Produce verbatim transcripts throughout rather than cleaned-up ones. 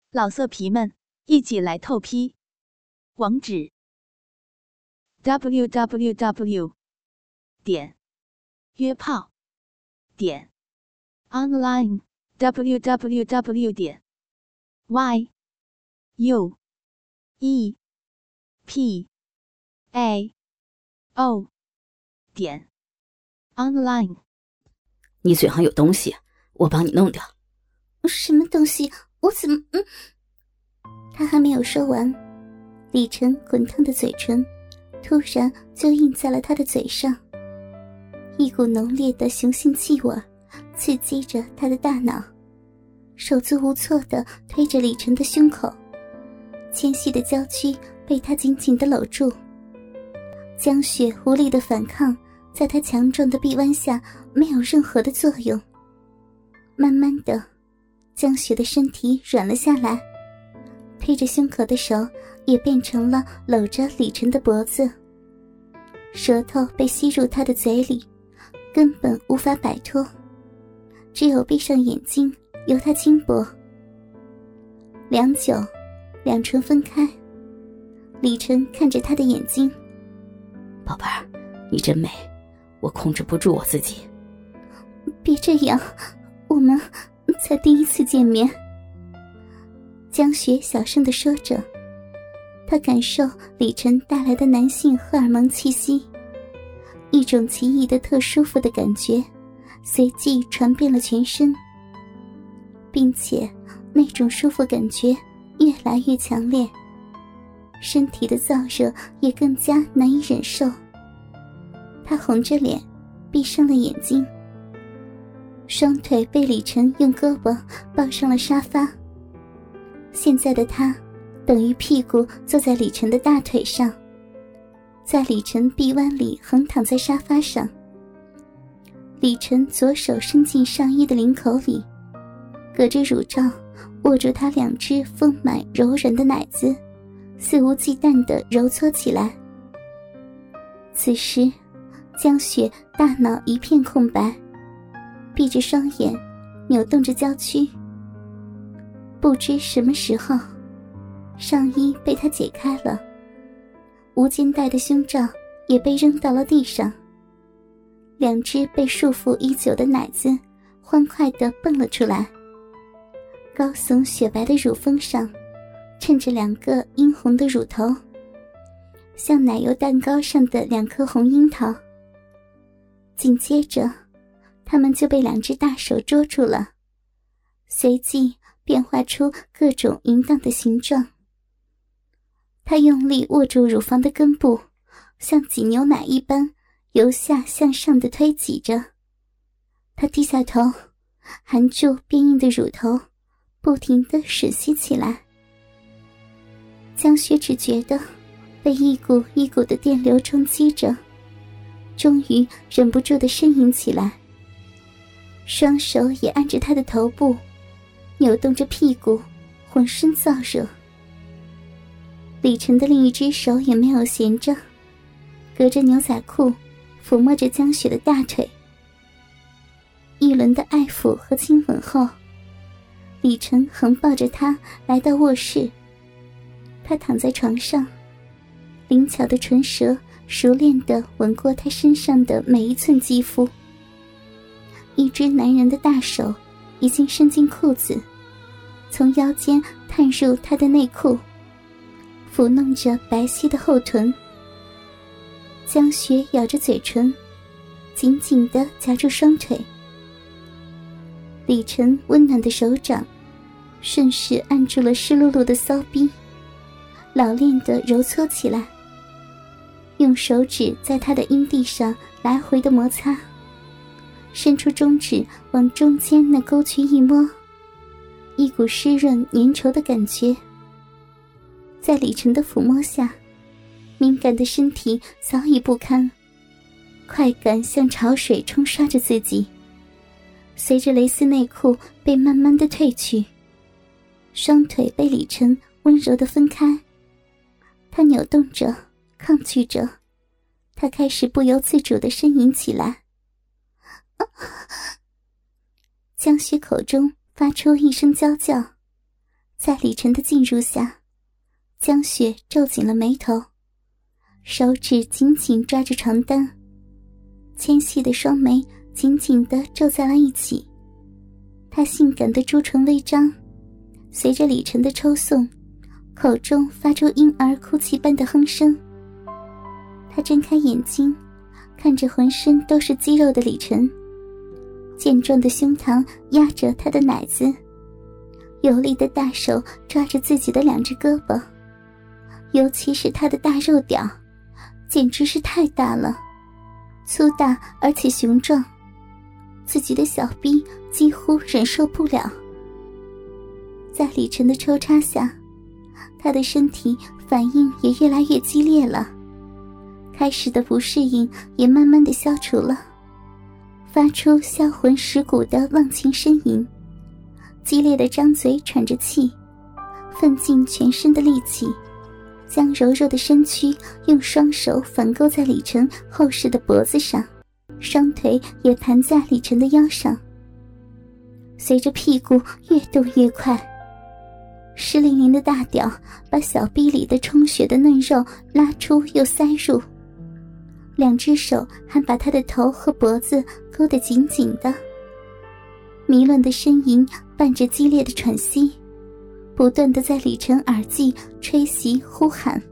老色皮们，一起来透批！网址 ：double u double u double u 点约炮点 online double u double u double u 点 y u e p a o 点 online。 你嘴上有东西，我帮你弄掉。 什么东西？我怎么……嗯？他还没有说完，李晨滚烫的嘴唇突然就印在了他的嘴上，一股浓烈的雄性气味刺激着他的大脑，手足无措地推着李晨的胸口，纤细的娇躯被他紧紧地搂住。江雪无力的反抗，在他强壮的臂弯下没有任何的作用。慢慢的，江雪的身体软了下来，推着胸口的手也变成了搂着李晨的脖子，舌头被吸入他的嘴里，根本无法摆脱，只有闭上眼睛由他轻薄。良久，两唇分开，李晨看着他的眼睛， 宝贝儿，你真美，我控制不住我自己。 别这样，我们才第一次见面。江雪小声地说着，她感受李晨带来的男性荷尔蒙气息，一种奇异的特舒服的感觉随即传遍了全身，并且那种舒服感觉越来越强烈，身体的燥热也更加难以忍受。她红着脸闭上了眼睛，双腿被李晨用胳膊抱上了沙发。现在的他等于屁股坐在李晨的大腿上，在李晨臂弯里横躺在沙发上。李晨左手伸进上衣的领口里，隔着乳罩握住他两只丰满柔软的奶子，肆无忌惮地揉搓起来。此时江雪大脑一片空白，闭着双眼，扭动着娇躯。不知什么时候，上衣被他解开了，无肩带的胸罩也被扔到了地上，两只被束缚已久的奶子欢快地蹦了出来，高耸雪白的乳峰上衬着两个殷红的乳头，像奶油蛋糕上的两颗红樱桃。紧接着他们就被两只大手捉住了，随即变化出各种淫荡的形状。他用力握住乳房的根部，像挤牛奶一般由下向上的推挤着。他低下头，含住变硬的乳头，不停地吮吸起来。江雪只觉得被一股一股的电流冲击着，终于忍不住地呻吟起来，双手也按着他的头部，扭动着屁股，浑身燥热。李晨的另一只手也没有闲着，隔着牛仔裤抚摸着江雪的大腿。一轮的爱抚和亲吻后，李晨横抱着她来到卧室。他躺在床上，灵巧的唇舌熟练地吻过她身上的每一寸肌肤。一只男人的大手已经伸进裤子，从腰间探入她的内裤，抚弄着白皙的后臀。江雪咬着嘴唇，紧紧地夹住双腿。李晨温暖的手掌顺势按住了湿漉漉的骚逼，老练地揉搓起来，用手指在她的阴蒂上来回的摩擦，伸出中指往中间那沟渠一摸，一股湿润粘稠的感觉。在李晨的抚摸下，敏感的身体早已不堪，快感像潮水冲刷着自己。随着蕾丝内裤被慢慢的褪去，双腿被李晨温柔地分开，他扭动着，抗拒着，他开始不由自主地呻吟起来。江雪口中发出一声娇叫， 在李晨的进入下，江雪皱紧了眉头，手指紧紧抓着床单，纤细的双眉紧紧地皱在了一起。她性感的朱唇微张，随着李晨的抽送，口中发出婴儿哭泣般的哼声。她睁开眼睛，看着浑身都是肌肉的李晨，健壮的胸膛压着他的奶子，有力的大手抓着自己的两只胳膊，尤其是他的大肉屌，简直是太大了，粗大而且雄壮，自己的小臂几乎忍受不了。在李晨的抽插下，他的身体反应也越来越激烈了，开始的不适应也慢慢的消除了，发出销魂蚀骨的忘情呻吟，激烈的张嘴喘着气，奋尽全身的力气，将柔柔的身躯用双手反勾在李晨厚实的脖子上，双腿也盘在李晨的腰上。随着屁股越动越快，湿淋淋的大屌把小臂里的充血的嫩肉拉出又塞入，两只手还把他的头和脖子勾得紧紧的。迷乱的呻吟伴着激烈的喘息，不断地在李晨耳际吹袭呼喊。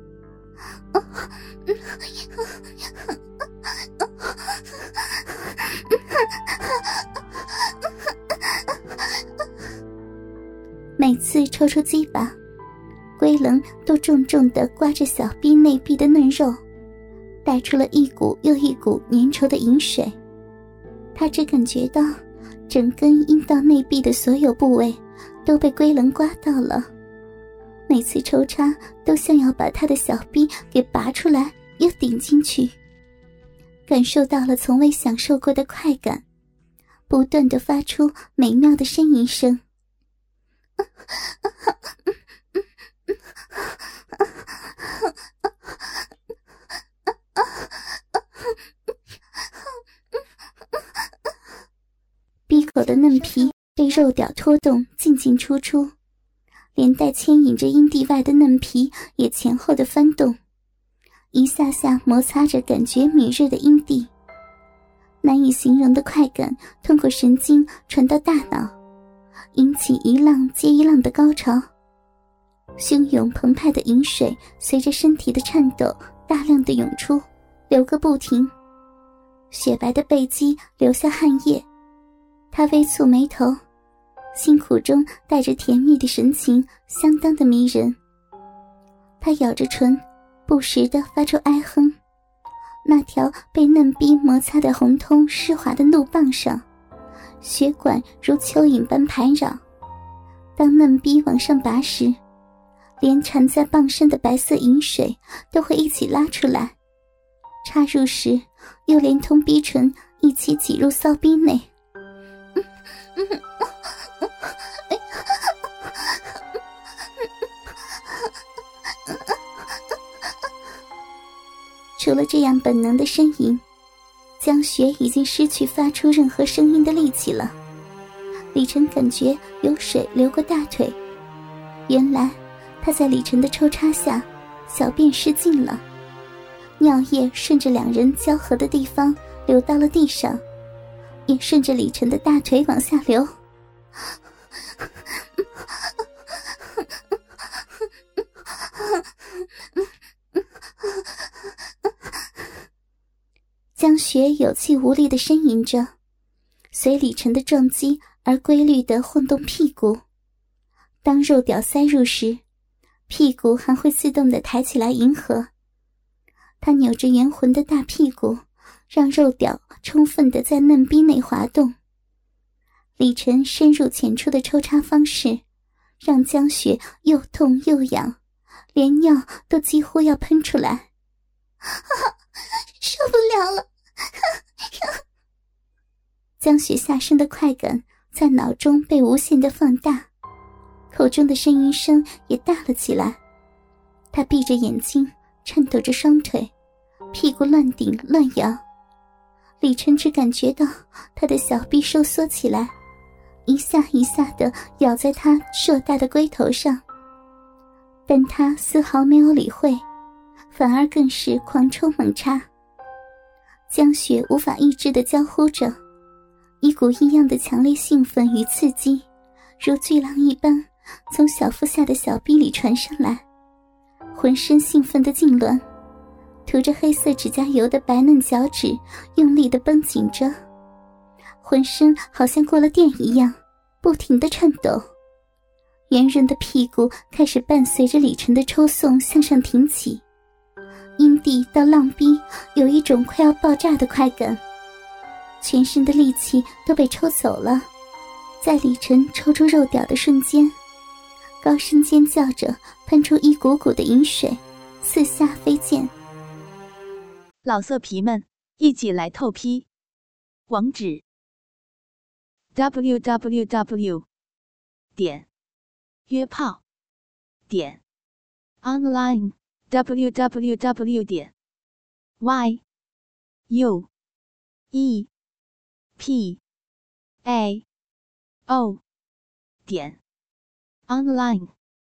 每次抽出鸡巴，龟棱都重重地刮着小臂内壁的嫩肉，带出了一股又一股粘稠的饮水。他只感觉到整根阴道内壁的所有部位都被龟棱刮到了，每次抽插都像要把他的小臂给拔出来又顶进去，感受到了从未享受过的快感，不断地发出美妙的呻吟声。闭口的嫩皮被肉屌拖动进进出出，连带牵引着阴蒂外的嫩皮也前后的翻动，一下下摩擦着感觉敏锐的阴蒂。难以形容的快感通过神经传到大脑，引起一浪接一浪的高潮。汹涌澎湃的饮水随着身体的颤抖大量的涌出，流个不停。雪白的背肌流下汗液，他微蹙眉头，辛苦中带着甜蜜的神情，相当的迷人。他咬着唇，不时地发出哀哼。那条被嫩逼摩擦的红通湿滑的怒棒上，血管如蚯蚓般盘绕，当嫩逼往上拔时，连缠在棒身的白色饮水都会一起拉出来，插入时又连同逼唇一起挤入骚逼内。除了这样本能的呻吟，江雪已经失去发出任何声音的力气了。李晨感觉有水流过大腿，原来他在李晨的抽插下小便失禁了，尿液顺着两人交合的地方流到了地上，也顺着李晨的大腿往下流。江雪有气无力地呻吟着，随李晨的撞击而规律地晃动屁股。当肉屌塞入时，屁股还会自动地抬起来迎合。他扭着圆浑的大屁股，让肉屌充分地在嫩逼内滑动。李晨深入浅出的抽插方式，让江雪又痛又痒，连尿都几乎要喷出来。啊，受不了了！江雪下身的快感在脑中被无限的放大，口中的呻吟声也大了起来。她闭着眼睛，颤抖着双腿，屁股乱顶乱摇。李晨只感觉到她的小臂收缩起来， 一下一下地咬在他硕大的龟头上，但他丝毫没有理会，反而更是狂抽猛插。江雪无法抑制地娇呼着，一股异样的强烈兴奋与刺激如巨浪一般从小腹下的小臂里传上来，浑身兴奋地痉挛，涂着黑色指甲油的白嫩脚趾用力地绷紧着，浑身好像过了电一样不停地颤抖。圆润的屁股开始伴随着李晨的抽送向上挺起，阴蒂到浪逼有一种快要爆炸的快感，全身的力气都被抽走了。在李晨抽出肉屌的瞬间，高声尖叫着喷出一股股的饮水，四下飞溅。 老色皮们，一起来透批！网址 ：double u double u double u 点约炮点 online double u double u double u 点 y u e p a o 点 online。